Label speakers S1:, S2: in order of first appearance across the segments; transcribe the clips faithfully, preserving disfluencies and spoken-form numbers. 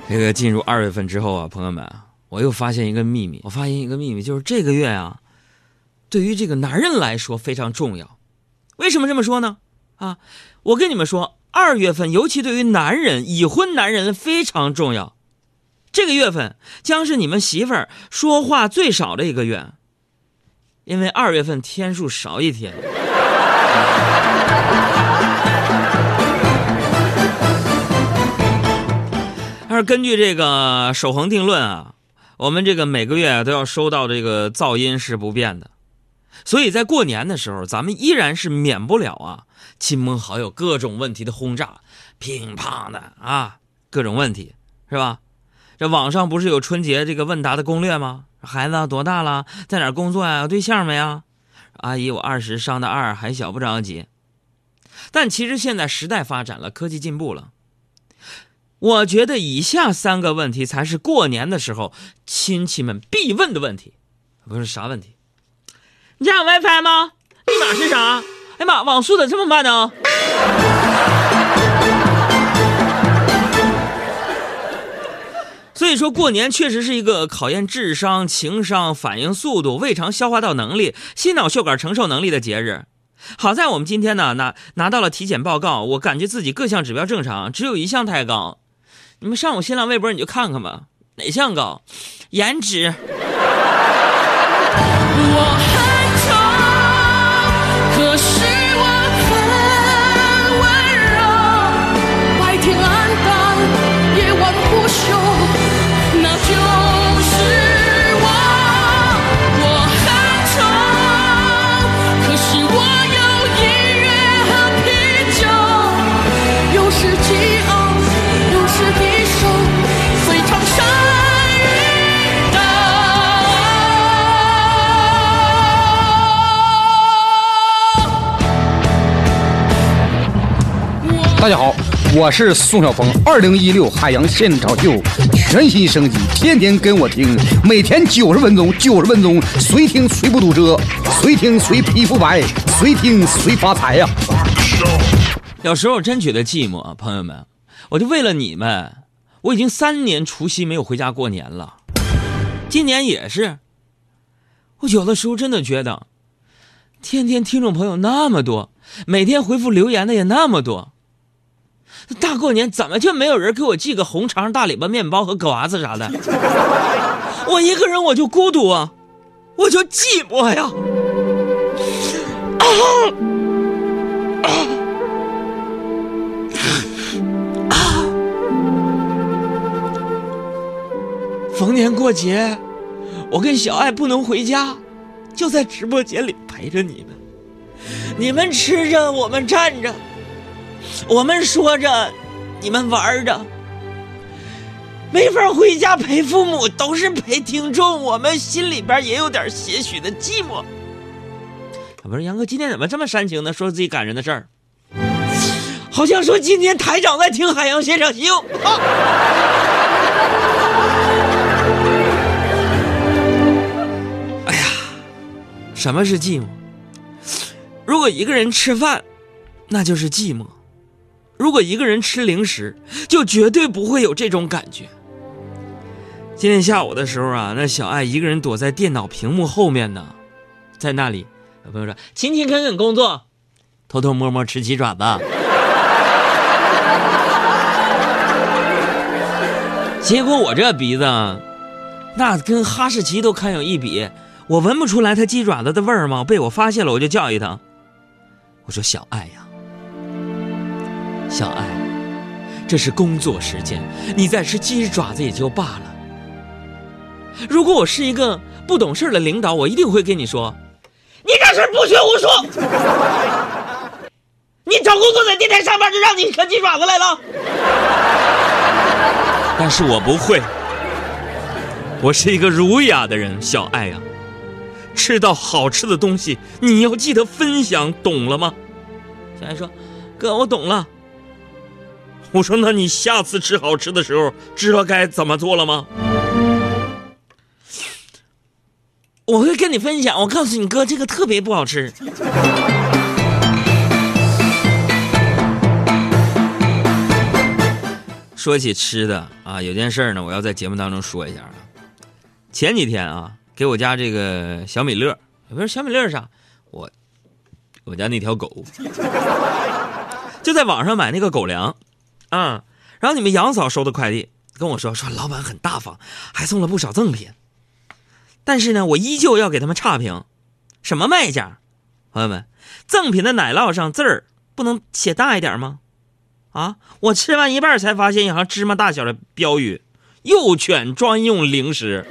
S1: 这个进入二月份之后啊，朋友们，我又发现一个秘密，我发现一个秘密，就是这个月啊，对于这个男人来说非常重要。为什么这么说呢？啊，我跟你们说，二月份尤其对于男人，已婚男人非常重要。这个月份将是你们媳妇儿说话最少的一个月，因为二月份天数少一天。但是根据这个守恒定论啊，我们这个每个月都要收到这个噪音是不变的，所以在过年的时候，咱们依然是免不了啊亲朋好友各种问题的轰炸，乒乓的啊各种问题，是吧？这网上不是有春节这个问答的攻略吗？孩子多大了？在哪儿工作呀？有对象没啊？阿姨，我二十上的二，还小不着急。但其实现在时代发展了，科技进步了。我觉得以下三个问题才是过年的时候亲戚们必问的问题。不是啥问题？你家有 WiFi 吗？密码是啥？哎妈，网速怎么这么慢呢？所以说过年确实是一个考验智商、情商、反应速度、胃肠消化道能力、心脑血管承受能力的节日。好在我们今天呢拿拿到了体检报告，我感觉自己各项指标正常，只有一项太高。你们上我新浪微博你就看看吧，哪项高？颜值。
S2: 我很丑，可是我很温柔，白天暗淡，夜晚不休，那就是我。我很丑，可是我有音乐和啤酒，有时激昂，有时低收，非常善于的。
S3: 大家好，我是宋晓峰。二零一六海洋现场秀全新升级，天天跟我听，每天九十分钟，九十分钟，随听随不堵车，随听随皮肤白，随听随发财呀、啊！
S1: 有时候真觉得寂寞啊，朋友们，我就为了你们，我已经三年除夕没有回家过年了，今年也是。我有的时候真的觉得，天天听众朋友那么多，每天回复留言的也那么多。大过年怎么就没有人给我寄个红肠、大礼包、面包和葛娃子啥的？我一个人我就孤独啊，我就寂寞呀！啊啊啊！逢年过节，我跟小爱不能回家，就在直播间里陪着你们。你们吃着，我们站着。我们说着，你们玩着，没法回家陪父母，都是陪听众，我们心里边也有点些许的寂寞。不是杨哥，今天怎么这么煽情呢？说自己感人的事儿，好像说今天台长在听海洋现场秀。啊、哎呀，什么是寂寞？如果一个人吃饭，那就是寂寞。如果一个人吃零食，就绝对不会有这种感觉。今天下午的时候啊，那小爱一个人躲在电脑屏幕后面呢，在那里，有朋友说勤勤恳恳工作，偷偷摸摸吃鸡爪子。结果我这鼻子，那跟哈士奇都堪有一比，我闻不出来它鸡爪子的味儿吗？被我发现了，我就教育他，我说小爱呀。小爱，这是工作时间，你在吃鸡爪子也就罢了。如果我是一个不懂事的领导，我一定会跟你说，你这是不学无术。你找工作在电台上班就让你啃鸡爪子来了。但是我不会，我是一个儒雅的人，小爱呀、啊，吃到好吃的东西，你要记得分享，懂了吗？小爱说，哥，我懂了。我说那你下次吃好吃的时候知道该怎么做了吗？我会跟你分享，我告诉你哥，这个特别不好吃。 说起吃的啊，有件事呢，我要在节目当中说一下啊。前几天啊，给我家这个小米乐，不是小米乐是啥？我我家那条狗就在网上买那个狗粮啊，然后你们杨嫂收的快递跟我说说老板很大方，还送了不少赠品。但是呢，我依旧要给他们差评。什么卖家？朋友们，赠品的奶酪上字儿不能写大一点吗？啊！我吃完一半才发现一行芝麻大小的标语：幼犬专用零食。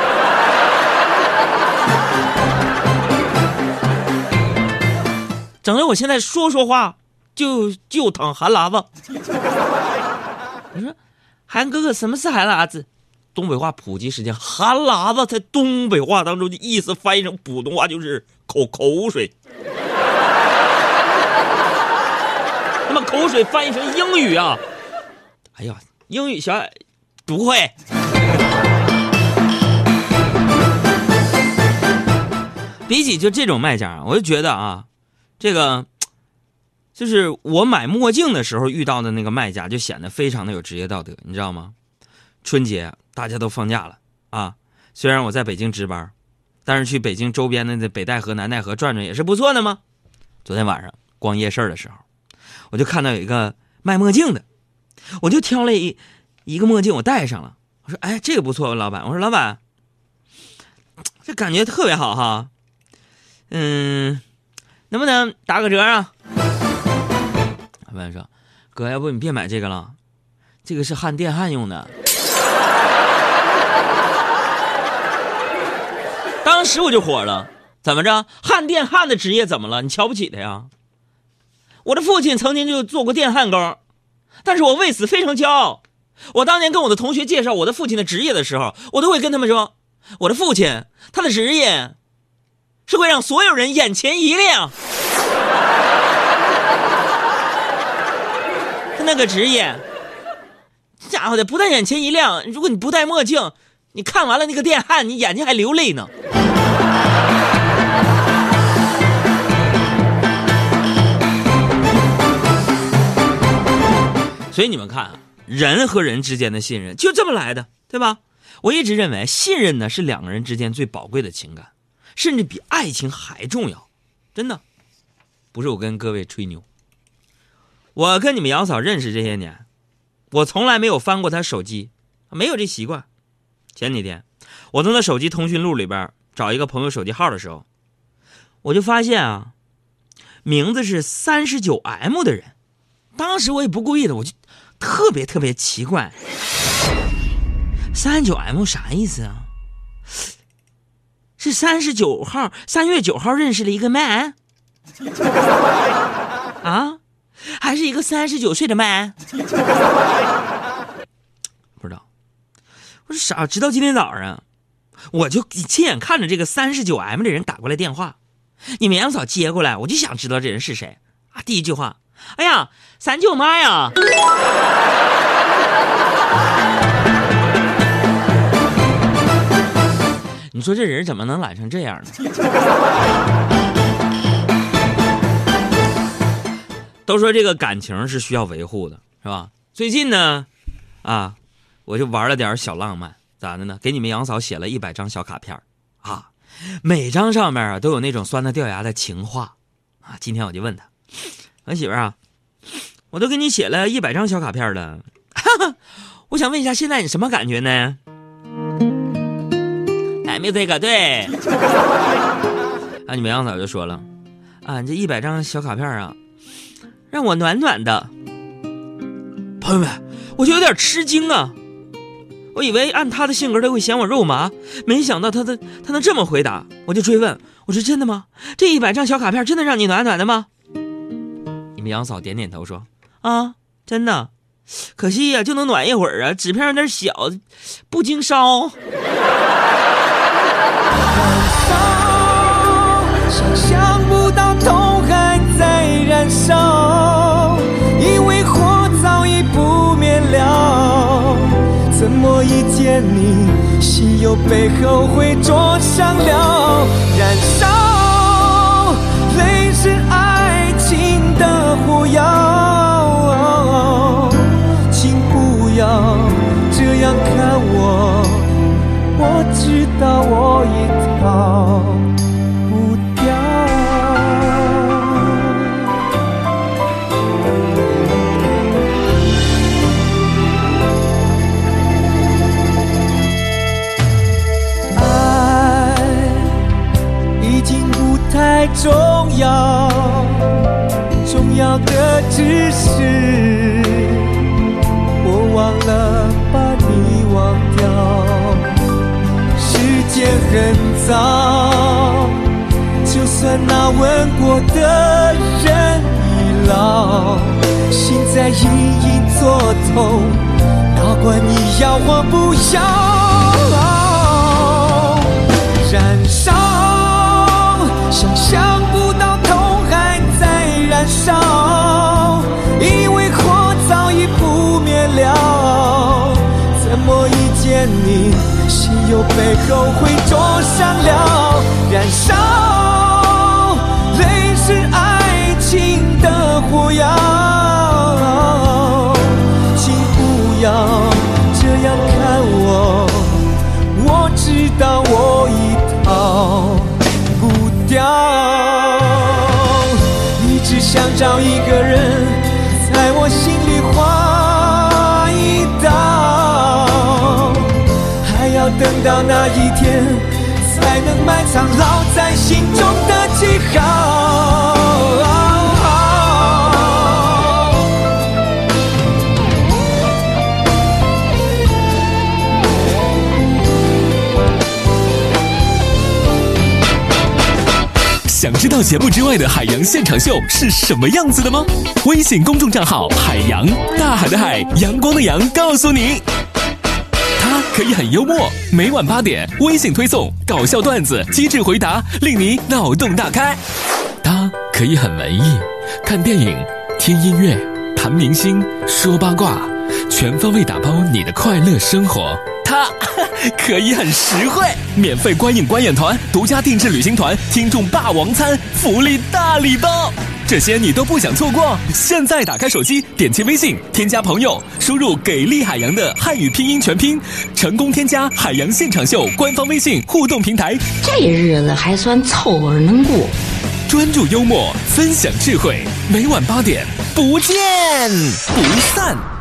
S1: 整得我现在说说话就就淌韩喇子。你说，韩哥哥，什么是韩喇子？东北话普及时间，韩喇子在东北话当中的意思翻译成普通话就是口口水。那么口水翻译成英语啊，哎呀，英语小不会。比起就这种卖家，我就觉得啊，这个就是我买墨镜的时候遇到的那个卖家，就显得非常的有职业道德，你知道吗？春节大家都放假了啊，虽然我在北京值班，但是去北京周边的北戴河、南戴河转转也是不错的嘛。昨天晚上逛夜市的时候，我就看到有一个卖墨镜的，我就挑了一一个墨镜，我戴上了。我说：“哎，这个不错，老板。”我说：“老板，这感觉特别好哈，嗯，能不能打个折啊？”老板说：“哥，要不你别买这个了，这个是焊电焊用的。”当时我就火了，怎么着？焊电焊的职业怎么了？你瞧不起他呀？我的父亲曾经就做过电焊工，但是我为此非常骄傲。我当年跟我的同学介绍我的父亲的职业的时候，我都会跟他们说，我的父亲他的职业是会让所有人眼前一亮。他那个职业，家伙的不但眼前一亮，如果你不戴墨镜，你看完了那个电焊，你眼睛还流泪呢。所以你们看啊，人和人之间的信任就这么来的，对吧？我一直认为信任呢是两个人之间最宝贵的情感，甚至比爱情还重要，真的。不是我跟各位吹牛，我跟你们杨嫂认识这些年，我从来没有翻过她手机，没有这习惯。前几天我从她手机通讯录里边找一个朋友手机号的时候，我就发现啊，名字是三十九 M 的人。当时我也不故意的，我就特别特别奇怪，三十九 M 啥意思啊？是三十九号，三月九号认识了一个 man 啊，还是一个三十九岁的 man？ 不知道。我说傻，直到今天早上，我就亲眼看着这个三十九 M 的人打过来电话，你们杨嫂接过来，我就想知道这人是谁啊。第一句话，哎呀，三舅妈呀！你说这人怎么能懒成这样呢？都说这个感情是需要维护的，是吧？最近呢，啊，我就玩了点小浪漫，咋的呢？给你们杨嫂写了一百张小卡片啊，每张上面啊都有那种酸的掉牙的情话啊。今天我就问他，我媳妇儿啊，我都给你写了一百张小卡片了，哈哈，我想问一下，现在你什么感觉呢？哎，没有这个对。啊，你们杨嫂就说了，啊，这一百张小卡片啊，让我暖暖的。朋友们，我就有点吃惊啊，我以为按他的性格他会嫌我肉麻，没想到他的他能这么回答。我就追问，我说真的吗？这一百张小卡片真的让你暖暖的吗？你们杨嫂点点头说，啊，真的，可惜呀、啊，就能暖一会儿啊，纸片有点小，不经烧。
S4: 想象不到痛还在燃烧，因为火早已不灭了，怎么一见你，心又被后悔灼伤了。燃烧，泪是爱情的火药，请不要看我，我知道我已逃不掉。爱已经不太重要，重要的只是我忘了把你忘掉。时间很早，就算那吻过的人已老，心在隐隐作痛，哪管你要或不要。燃烧，想象不到痛还在燃烧，以为火早已不灭了，怎么一见你，心又被后悔灼伤了。燃烧，泪是爱情的火药，请不要这样看我，我知道我已逃不掉。你只想找一个人在我心里划一刀，还要等到那一天才能埋藏烙在心中的记号。
S5: 想知道节目之外的海洋现场秀是什么样子的吗？微信公众账号海洋，大海的海，阳光的阳，告诉你。它可以很幽默，每晚八点微信推送搞笑段子、机智回答，令你脑洞大开。它可以很文艺，看电影、听音乐、谈明星、说八卦，全方位打包你的快乐生活。它可以很实惠，免费观影观演团、独家定制旅行团、听众霸王餐、福利大礼包，这些你都不想错过。现在打开手机，点击微信，添加朋友，输入给力海洋的汉语拼音全拼，成功添加海洋现场秀官方微信互动平台。
S6: 这日子还算凑合能过。
S5: 专注幽默，分享智慧，每晚八点，不见不散。